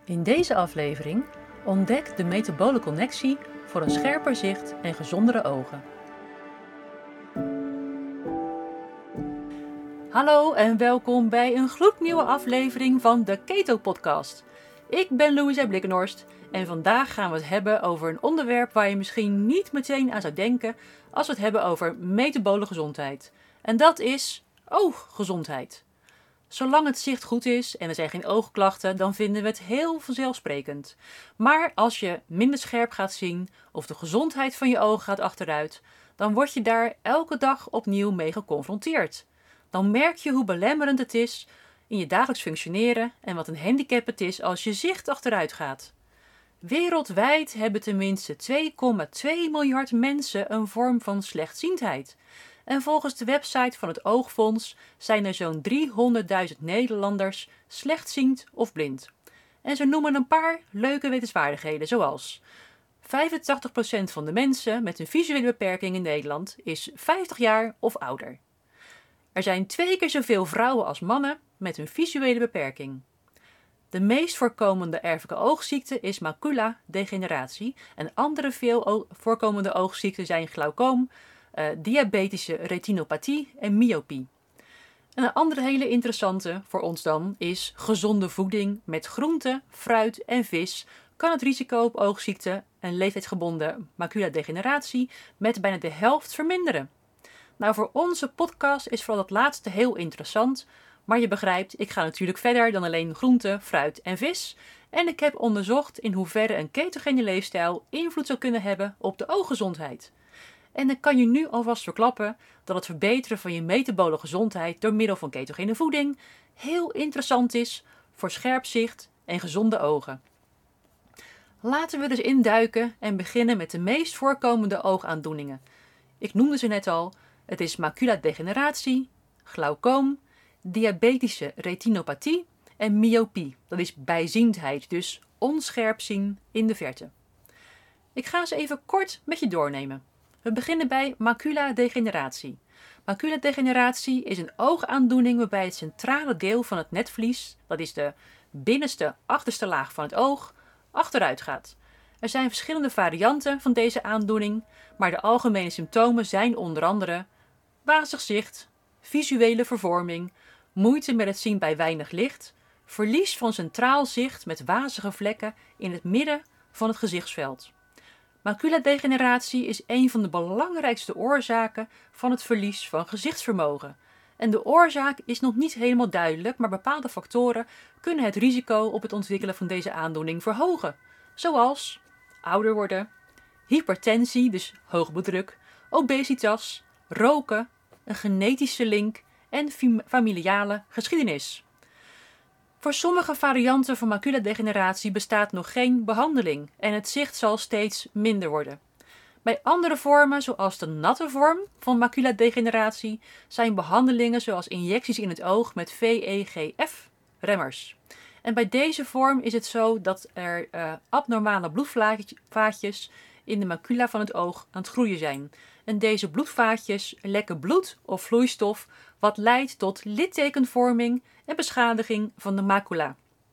In deze aflevering ontdek de metabole connectie voor een scherper zicht en gezondere ogen. Hallo en welkom bij een gloednieuwe aflevering van de Keto Podcast. Ik ben Louisa Blikkenhorst en vandaag gaan we het hebben over een onderwerp waar je misschien niet meteen aan zou denken als we het hebben over metabole gezondheid. En dat is ooggezondheid. Zolang het zicht goed is en er zijn geen oogklachten, dan vinden we het heel vanzelfsprekend. Maar als je minder scherp gaat zien of de gezondheid van je ogen gaat achteruit, dan word je daar elke dag opnieuw mee geconfronteerd. Dan merk je hoe belemmerend het is in je dagelijks functioneren en wat een handicap het is als je zicht achteruit gaat. Wereldwijd hebben tenminste 2,2 miljard mensen een vorm van slechtziendheid. En volgens de website van het Oogfonds zijn er zo'n 300.000 Nederlanders slechtziend of blind. En ze noemen een paar leuke wetenswaardigheden zoals 85% van de mensen met een visuele beperking in Nederland is 50 jaar of ouder. Er zijn 2 keer zoveel vrouwen als mannen met een visuele beperking. De meest voorkomende erfelijke oogziekte is macula-degeneratie en andere veel voorkomende oogziekten zijn glaucoom, diabetische retinopathie en myopie. En een andere hele interessante voor ons dan is gezonde voeding met groente, fruit en vis kan het risico op oogziekte en leeftijdsgebonden macula-degeneratie met bijna de helft verminderen. Nou, voor onze podcast is vooral dat laatste heel interessant, maar je begrijpt, ik ga natuurlijk verder dan alleen groente, fruit en vis. En ik heb onderzocht in hoeverre een ketogene leefstijl invloed zou kunnen hebben op de ooggezondheid. En ik kan je nu alvast verklappen dat het verbeteren van je metabole gezondheid door middel van ketogene voeding heel interessant is voor scherp zicht en gezonde ogen. Laten we dus induiken en beginnen met de meest voorkomende oogaandoeningen. Ik noemde ze net al, het is macula-degeneratie, glaucoom, diabetische retinopathie en myopie. Dat is bijziendheid, dus onscherp zien in de verte. Ik ga ze even kort met je doornemen. We beginnen bij macula-degeneratie. Macula-degeneratie is een oogaandoening waarbij het centrale deel van het netvlies, dat is de binnenste achterste laag van het oog, achteruit gaat. Er zijn verschillende varianten van deze aandoening, maar de algemene symptomen zijn onder andere wazig zicht, visuele vervorming, moeite met het zien bij weinig licht, verlies van centraal zicht met wazige vlekken in het midden van het gezichtsveld. Macula-degeneratie is een van de belangrijkste oorzaken van het verlies van gezichtsvermogen. En de oorzaak is nog niet helemaal duidelijk, maar bepaalde factoren kunnen het risico op het ontwikkelen van deze aandoening verhogen. Zoals ouder worden, hypertensie, dus hoge bloeddruk, obesitas, roken, een genetische link en familiale geschiedenis. Voor sommige varianten van macula-degeneratie bestaat nog geen behandeling en het zicht zal steeds minder worden. Bij andere vormen, zoals de natte vorm van macula-degeneratie, zijn behandelingen zoals injecties in het oog met VEGF-remmers. En bij deze vorm is het zo dat er abnormale bloedvaatjes in de macula van het oog aan het groeien zijn. En deze bloedvaatjes lekken bloed of vloeistof, wat leidt tot littekenvorming en beschadiging van de macula.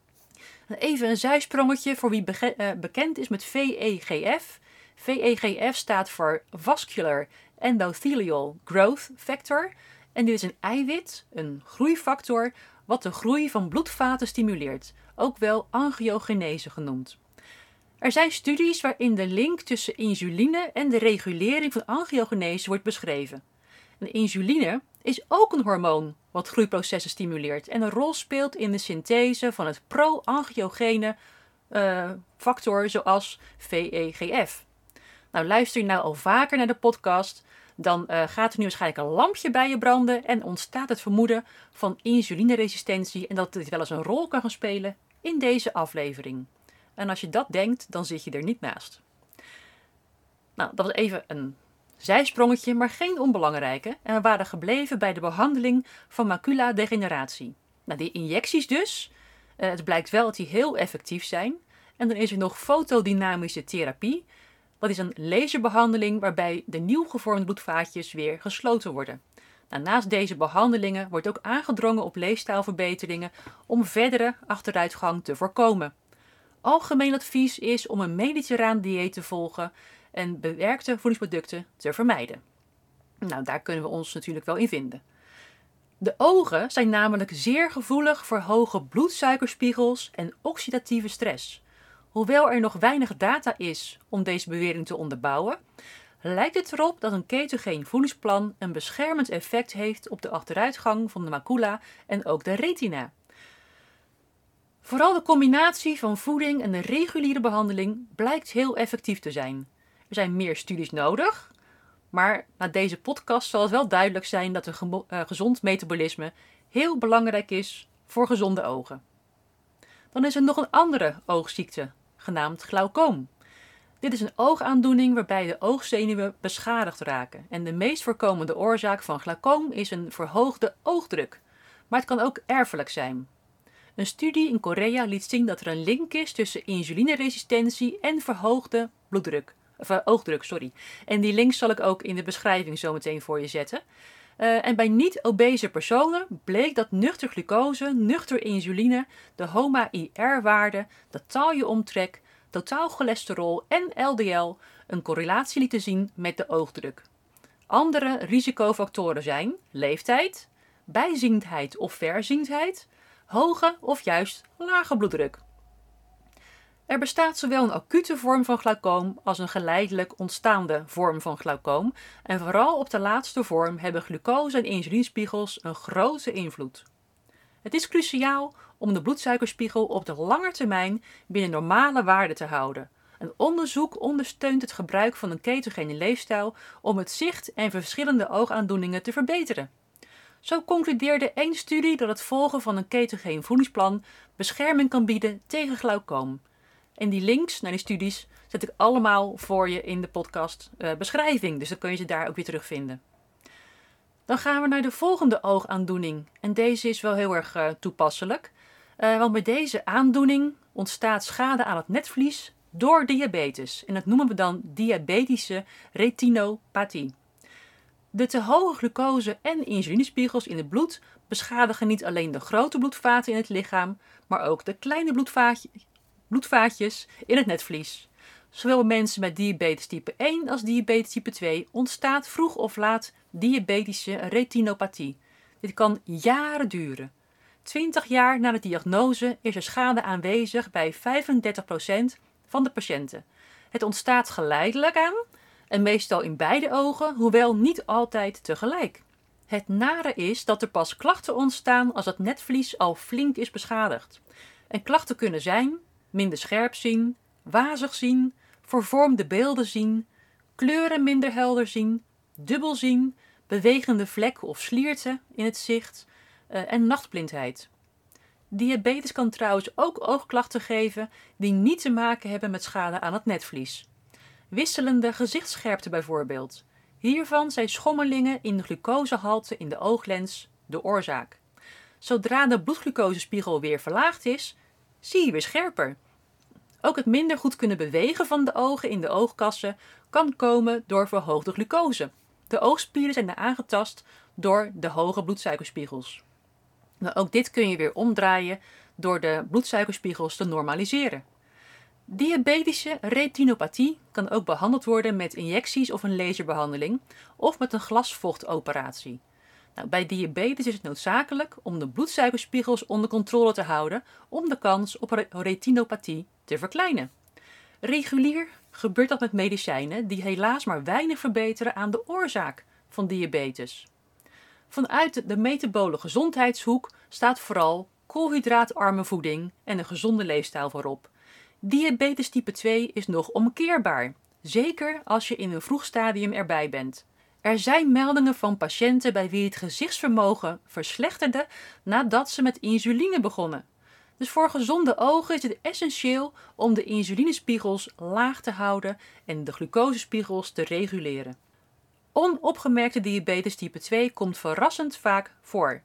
Even een zijsprongetje voor wie bekend is met VEGF. VEGF staat voor Vascular Endothelial Growth Factor. En dit is een eiwit, een groeifactor, wat de groei van bloedvaten stimuleert, ook wel angiogenese genoemd. Er zijn studies waarin de link tussen insuline en de regulering van angiogenese wordt beschreven. En insuline is ook een hormoon wat groeiprocessen stimuleert en een rol speelt in de synthese van het pro-angiogene factor zoals VEGF. Nou, luister je nou al vaker naar de podcast, dan gaat er nu waarschijnlijk een lampje bij je branden en ontstaat het vermoeden van insulineresistentie en dat dit wel eens een rol kan gaan spelen in deze aflevering. En als je dat denkt, dan zit je er niet naast. Nou, dat was even een zijsprongetje, maar geen onbelangrijke. En we waren gebleven bij de behandeling van macula-degeneratie. Nou, die injecties dus. Het blijkt wel dat die heel effectief zijn. En dan is er nog fotodynamische therapie. Dat is een laserbehandeling waarbij de nieuw gevormde bloedvaatjes weer gesloten worden. Nou, naast deze behandelingen wordt ook aangedrongen op leefstijlverbeteringen om verdere achteruitgang te voorkomen. algemeen advies is om een mediterraan dieet te volgen en bewerkte voedingsproducten te vermijden. Nou, daar kunnen we ons natuurlijk wel in vinden. De ogen zijn namelijk zeer gevoelig voor hoge bloedsuikerspiegels en oxidatieve stress. Hoewel er nog weinig data is om deze bewering te onderbouwen, lijkt het erop dat een ketogeen voedingsplan een beschermend effect heeft op de achteruitgang van de macula en ook de retina. Vooral de combinatie van voeding en de reguliere behandeling blijkt heel effectief te zijn. Er zijn meer studies nodig, maar na deze podcast zal het wel duidelijk zijn dat een gezond metabolisme heel belangrijk is voor gezonde ogen. Dan is er nog een andere oogziekte, genaamd glaucoom. Dit is een oogaandoening waarbij de oogzenuwen beschadigd raken. En de meest voorkomende oorzaak van glaucoom is een verhoogde oogdruk. Maar het kan ook erfelijk zijn. Een studie in Korea liet zien dat er een link is tussen insulineresistentie en verhoogde oogdruk. En die link zal ik ook in de beschrijving zo meteen voor je zetten. En bij niet-obese personen bleek dat nuchter glucose, nuchter insuline, de HOMA-IR-waarde, de taljeomtrek, totaal cholesterol en LDL een correlatie lieten zien met de oogdruk. Andere risicofactoren zijn leeftijd, bijziendheid of verziendheid, hoge of juist lage bloeddruk. Er bestaat zowel een acute vorm van glaucoom als een geleidelijk ontstaande vorm van glaucoom en vooral op de laatste vorm hebben glucose- en insulinespiegels een grote invloed. Het is cruciaal om de bloedsuikerspiegel op de lange termijn binnen normale waarden te houden. Een onderzoek ondersteunt het gebruik van een ketogene leefstijl om het zicht en verschillende oogaandoeningen te verbeteren. Zo concludeerde één studie dat het volgen van een ketogeen voedingsplan bescherming kan bieden tegen glaucoom. En die links naar die studies zet ik allemaal voor je in de podcast beschrijving, dus dan kun je ze daar ook weer terugvinden. Dan gaan we naar de volgende oogaandoening. En deze is wel heel erg toepasselijk. Want bij deze aandoening ontstaat schade aan het netvlies door diabetes. En dat noemen we dan diabetische retinopathie. De te hoge glucose- en insulinespiegels in het bloed beschadigen niet alleen de grote bloedvaten in het lichaam, maar ook de kleine bloedvaatjes in het netvlies. Zowel bij mensen met diabetes type 1 als diabetes type 2 ontstaat vroeg of laat diabetische retinopathie. Dit kan jaren duren. 20 jaar na de diagnose is er schade aanwezig bij 35% van de patiënten. Het ontstaat geleidelijk aan en meestal in beide ogen, hoewel niet altijd tegelijk. Het nare is dat er pas klachten ontstaan als het netvlies al flink is beschadigd. En klachten kunnen zijn minder scherp zien, wazig zien, vervormde beelden zien, kleuren minder helder zien, dubbel zien, bewegende vlekken of slierten in het zicht en nachtblindheid. Diabetes kan trouwens ook oogklachten geven die niet te maken hebben met schade aan het netvlies. Wisselende gezichtsscherpte bijvoorbeeld. Hiervan zijn schommelingen in de glucosehalte in de ooglens de oorzaak. Zodra de bloedglucosespiegel weer verlaagd is, zie je weer scherper. Ook het minder goed kunnen bewegen van de ogen in de oogkassen kan komen door verhoogde glucose. De oogspieren zijn aangetast door de hoge bloedsuikerspiegels. Nou, ook dit kun je weer omdraaien door de bloedsuikerspiegels te normaliseren. Diabetische retinopathie kan ook behandeld worden met injecties of een laserbehandeling of met een glasvochtoperatie. Nou, bij diabetes is het noodzakelijk om de bloedsuikerspiegels onder controle te houden om de kans op retinopathie te verkleinen. Regulier gebeurt dat met medicijnen die helaas maar weinig verbeteren aan de oorzaak van diabetes. Vanuit de metabole gezondheidshoek staat vooral koolhydraatarme voeding en een gezonde leefstijl voorop. Diabetes type 2 is nog omkeerbaar, zeker als je in een vroeg stadium erbij bent. Er zijn meldingen van patiënten bij wie het gezichtsvermogen verslechterde nadat ze met insuline begonnen. Dus voor gezonde ogen is het essentieel om de insulinespiegels laag te houden en de glucosespiegels te reguleren. Onopgemerkte diabetes type 2 komt verrassend vaak voor.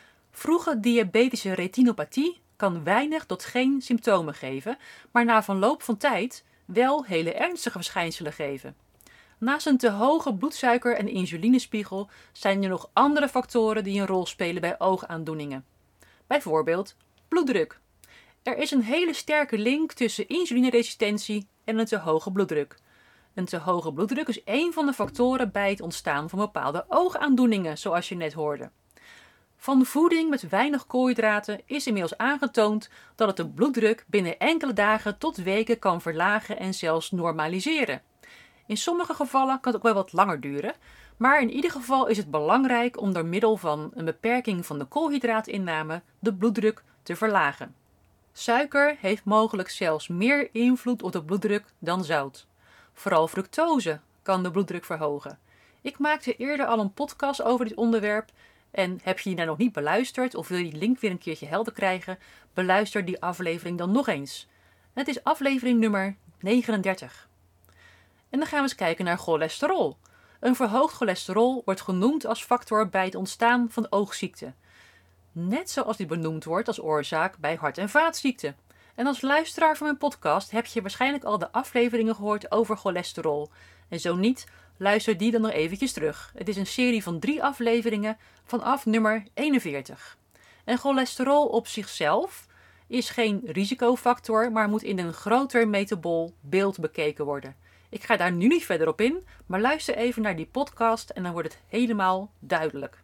Vroege diabetische retinopathie kan weinig tot geen symptomen geven, maar na verloop van tijd wel hele ernstige verschijnselen geven. Naast een te hoge bloedsuiker- en insulinespiegel zijn er nog andere factoren die een rol spelen bij oogaandoeningen. Bijvoorbeeld bloeddruk. Er is een hele sterke link tussen insulineresistentie en een te hoge bloeddruk. Een te hoge bloeddruk is één van de factoren bij het ontstaan van bepaalde oogaandoeningen, zoals je net hoorde. Van voeding met weinig koolhydraten is inmiddels aangetoond dat het de bloeddruk binnen enkele dagen tot weken kan verlagen en zelfs normaliseren. In sommige gevallen kan het ook wel wat langer duren, maar in ieder geval is het belangrijk om door middel van een beperking van de koolhydraatinname de bloeddruk te verlagen. Suiker heeft mogelijk zelfs meer invloed op de bloeddruk dan zout. Vooral fructose kan de bloeddruk verhogen. Ik maakte eerder al een podcast over dit onderwerp en heb je die nou nog niet beluisterd of wil je die link weer een keertje helder krijgen, beluister die aflevering dan nog eens. Het is aflevering nummer 39. En dan gaan we eens kijken naar cholesterol. Een verhoogd cholesterol wordt genoemd als factor bij het ontstaan van oogziekten. Net zoals dit benoemd wordt als oorzaak bij hart- en vaatziekten. En als luisteraar van mijn podcast heb je waarschijnlijk al de afleveringen gehoord over cholesterol. En zo niet, luister die dan nog eventjes terug. Het is een serie van 3 afleveringen vanaf nummer 41. En cholesterol op zichzelf is geen risicofactor, maar moet in een groter metabool beeld bekeken worden. Ik ga daar nu niet verder op in, maar luister even naar die podcast en dan wordt het helemaal duidelijk.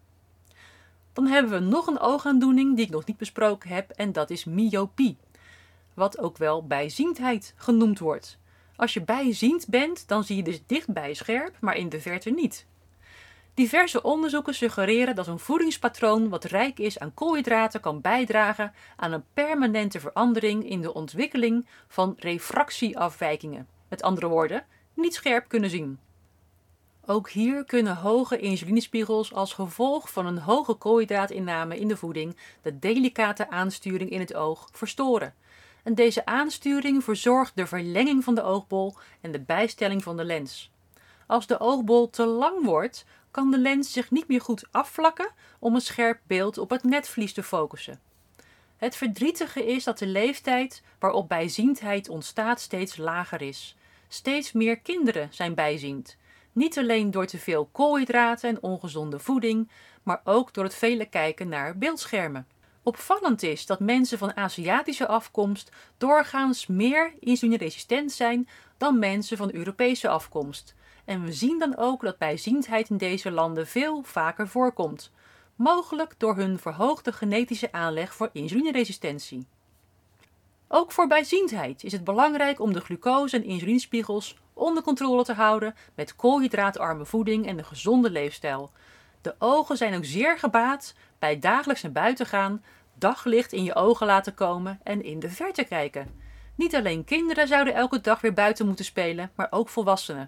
Dan hebben we nog een oogaandoening die ik nog niet besproken heb en dat is myopie. Wat ook wel bijziendheid genoemd wordt. Als je bijziend bent, dan zie je dus dichtbij scherp, maar in de verte niet. Diverse onderzoeken suggereren dat een voedingspatroon wat rijk is aan koolhydraten kan bijdragen aan een permanente verandering in de ontwikkeling van refractieafwijkingen. Met andere woorden, niet scherp kunnen zien. Ook hier kunnen hoge insulinespiegels als gevolg van een hoge koolhydraatinname in de voeding de delicate aansturing in het oog verstoren. En deze aansturing verzorgt de verlenging van de oogbol en de bijstelling van de lens. Als de oogbol te lang wordt, kan de lens zich niet meer goed afvlakken om een scherp beeld op het netvlies te focussen. Het verdrietige is dat de leeftijd waarop bijziendheid ontstaat steeds lager is. Steeds meer kinderen zijn bijziend. Niet alleen door te veel koolhydraten en ongezonde voeding, maar ook door het vele kijken naar beeldschermen. Opvallend is dat mensen van Aziatische afkomst doorgaans meer insulineresistent zijn dan mensen van Europese afkomst. En we zien dan ook dat bijziendheid in deze landen veel vaker voorkomt. Mogelijk door hun verhoogde genetische aanleg voor insulineresistentie. Ook voor bijziendheid is het belangrijk om de glucose- en insulinespiegels onder controle te houden met koolhydraatarme voeding en een gezonde leefstijl. De ogen zijn ook zeer gebaat bij dagelijks naar buiten gaan, daglicht in je ogen laten komen en in de verte kijken. Niet alleen kinderen zouden elke dag weer buiten moeten spelen, maar ook volwassenen.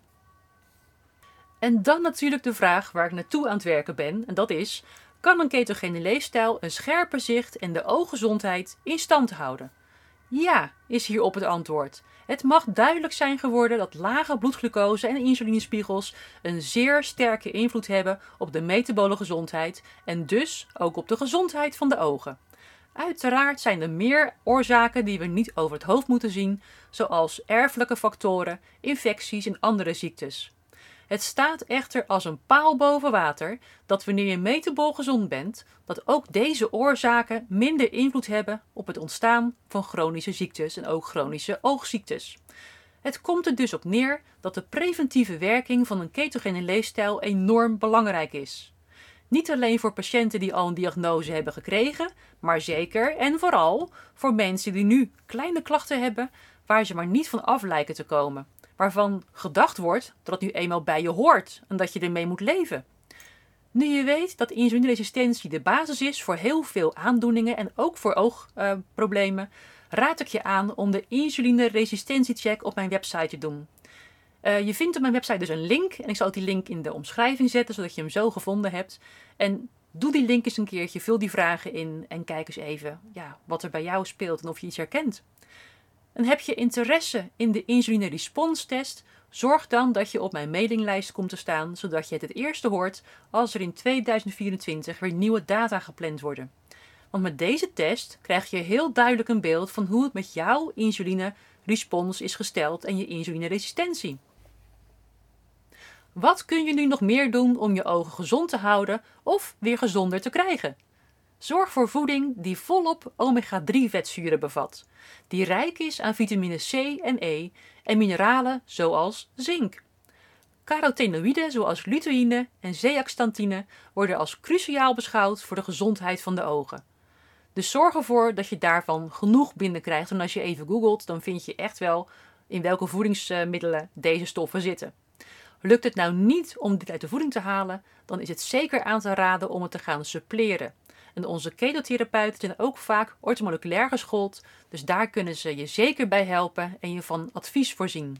En dan natuurlijk de vraag waar ik naartoe aan het werken ben, en dat is: kan een ketogene leefstijl een scherper zicht en de ooggezondheid in stand houden? Ja, is hierop het antwoord. Het mag duidelijk zijn geworden dat lage bloedglucose en insulinespiegels een zeer sterke invloed hebben op de metabole gezondheid en dus ook op de gezondheid van de ogen. Uiteraard zijn er meer oorzaken die we niet over het hoofd moeten zien, zoals erfelijke factoren, infecties en andere ziektes. Het staat echter als een paal boven water dat wanneer je metabol gezond bent, dat ook deze oorzaken minder invloed hebben op het ontstaan van chronische ziektes en ook chronische oogziektes. Het komt er dus op neer dat de preventieve werking van een ketogene leefstijl enorm belangrijk is. Niet alleen voor patiënten die al een diagnose hebben gekregen, maar zeker en vooral voor mensen die nu kleine klachten hebben waar ze maar niet van af lijken te komen. Waarvan gedacht wordt dat het nu eenmaal bij je hoort en dat je ermee moet leven. Nu je weet dat insulineresistentie de basis is voor heel veel aandoeningen en ook voor oogproblemen, raad ik je aan om de insulineresistentiecheck op mijn website te doen. Je vindt op mijn website dus een link en ik zal ook die link in de omschrijving zetten zodat je hem zo gevonden hebt. En doe die link eens een keertje, vul die vragen in en kijk eens even wat er bij jou speelt en of je iets herkent. En heb je interesse in de insuline response test? Zorg dan dat je op mijn mailinglijst komt te staan, zodat je het eerste hoort als er in 2024 weer nieuwe data gepland worden. Want met deze test krijg je heel duidelijk een beeld van hoe het met jouw insuline response is gesteld en je insulineresistentie. Wat kun je nu nog meer doen om je ogen gezond te houden of weer gezonder te krijgen? Zorg voor voeding die volop omega-3 vetzuren bevat, die rijk is aan vitamine C en E en mineralen zoals zink. Carotenoïden zoals luteïne en zeaxanthine worden als cruciaal beschouwd voor de gezondheid van de ogen. Dus zorg ervoor dat je daarvan genoeg binnenkrijgt. En als je even googelt, dan vind je echt wel in welke voedingsmiddelen deze stoffen zitten. Lukt het nou niet om dit uit de voeding te halen, dan is het zeker aan te raden om het te gaan suppleren. En onze ketotherapeuten zijn ook vaak orthomoleculair geschoold, dus daar kunnen ze je zeker bij helpen en je van advies voorzien.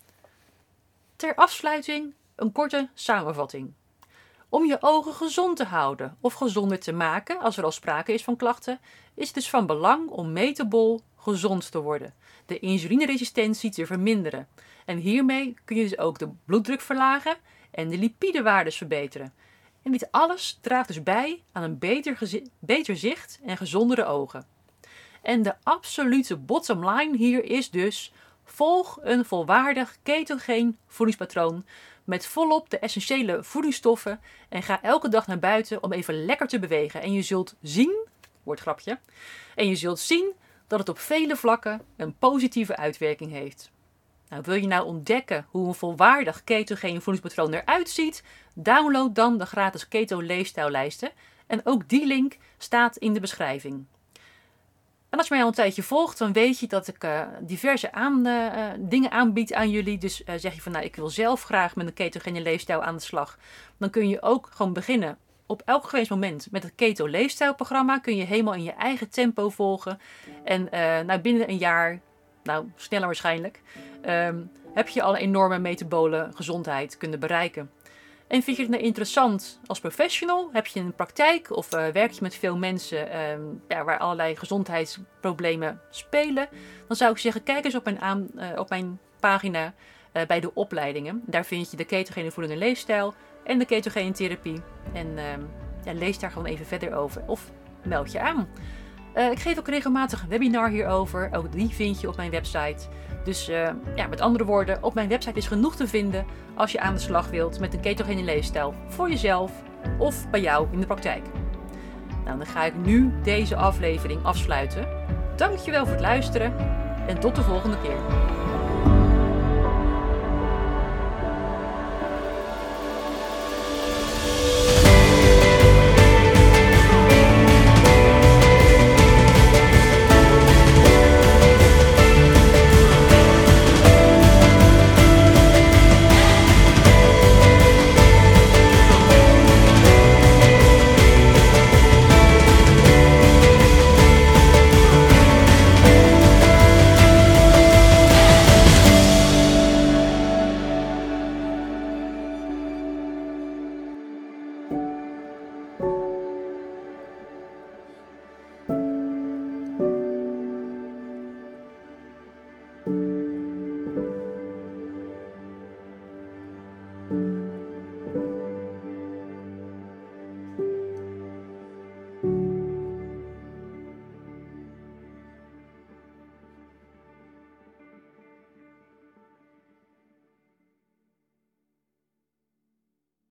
Ter afsluiting een korte samenvatting. Om je ogen gezond te houden of gezonder te maken, als er al sprake is van klachten, is het dus van belang om metabol gezond te worden, de insulineresistentie te verminderen. En hiermee kun je dus ook de bloeddruk verlagen en de lipidewaardes verbeteren. En dit alles draagt dus bij aan een beter zicht en gezondere ogen. En de absolute bottom line hier is dus: volg een volwaardig ketogeen voedingspatroon met volop de essentiële voedingsstoffen en ga elke dag naar buiten om even lekker te bewegen. En je zult zien, woordgrapje, en je zult zien dat het op vele vlakken een positieve uitwerking heeft. Nou, wil je nou ontdekken hoe een volwaardig ketogeen voedingspatroon eruit ziet? Download dan de gratis keto leefstijllijsten en ook die link staat in de beschrijving. En als je mij al een tijdje volgt, dan weet je dat ik diverse dingen aanbied aan jullie. Dus zeg je van, nou, ik wil zelf graag met een ketogene leefstijl aan de slag. Dan kun je ook gewoon beginnen op elk gewenst moment met het keto leefstijlprogramma. Kun je helemaal in je eigen tempo volgen. En nou, binnen een jaar, nou sneller waarschijnlijk, heb je al een enorme metabole gezondheid kunnen bereiken. En vind je het nou interessant als professional? Heb je een praktijk of werk je met veel mensen waar allerlei gezondheidsproblemen spelen? Dan zou ik zeggen, kijk eens op mijn pagina bij de opleidingen. Daar vind je de ketogene voeding en leefstijl en de ketogene therapie. En lees daar gewoon even verder over of meld je aan. Ik geef ook regelmatig een webinar hierover. Ook die vind je op mijn website. Dus met andere woorden, op mijn website is genoeg te vinden als je aan de slag wilt met een ketogene leefstijl voor jezelf of bij jou in de praktijk. Nou, dan ga ik nu deze aflevering afsluiten. Dankjewel voor het luisteren en tot de volgende keer.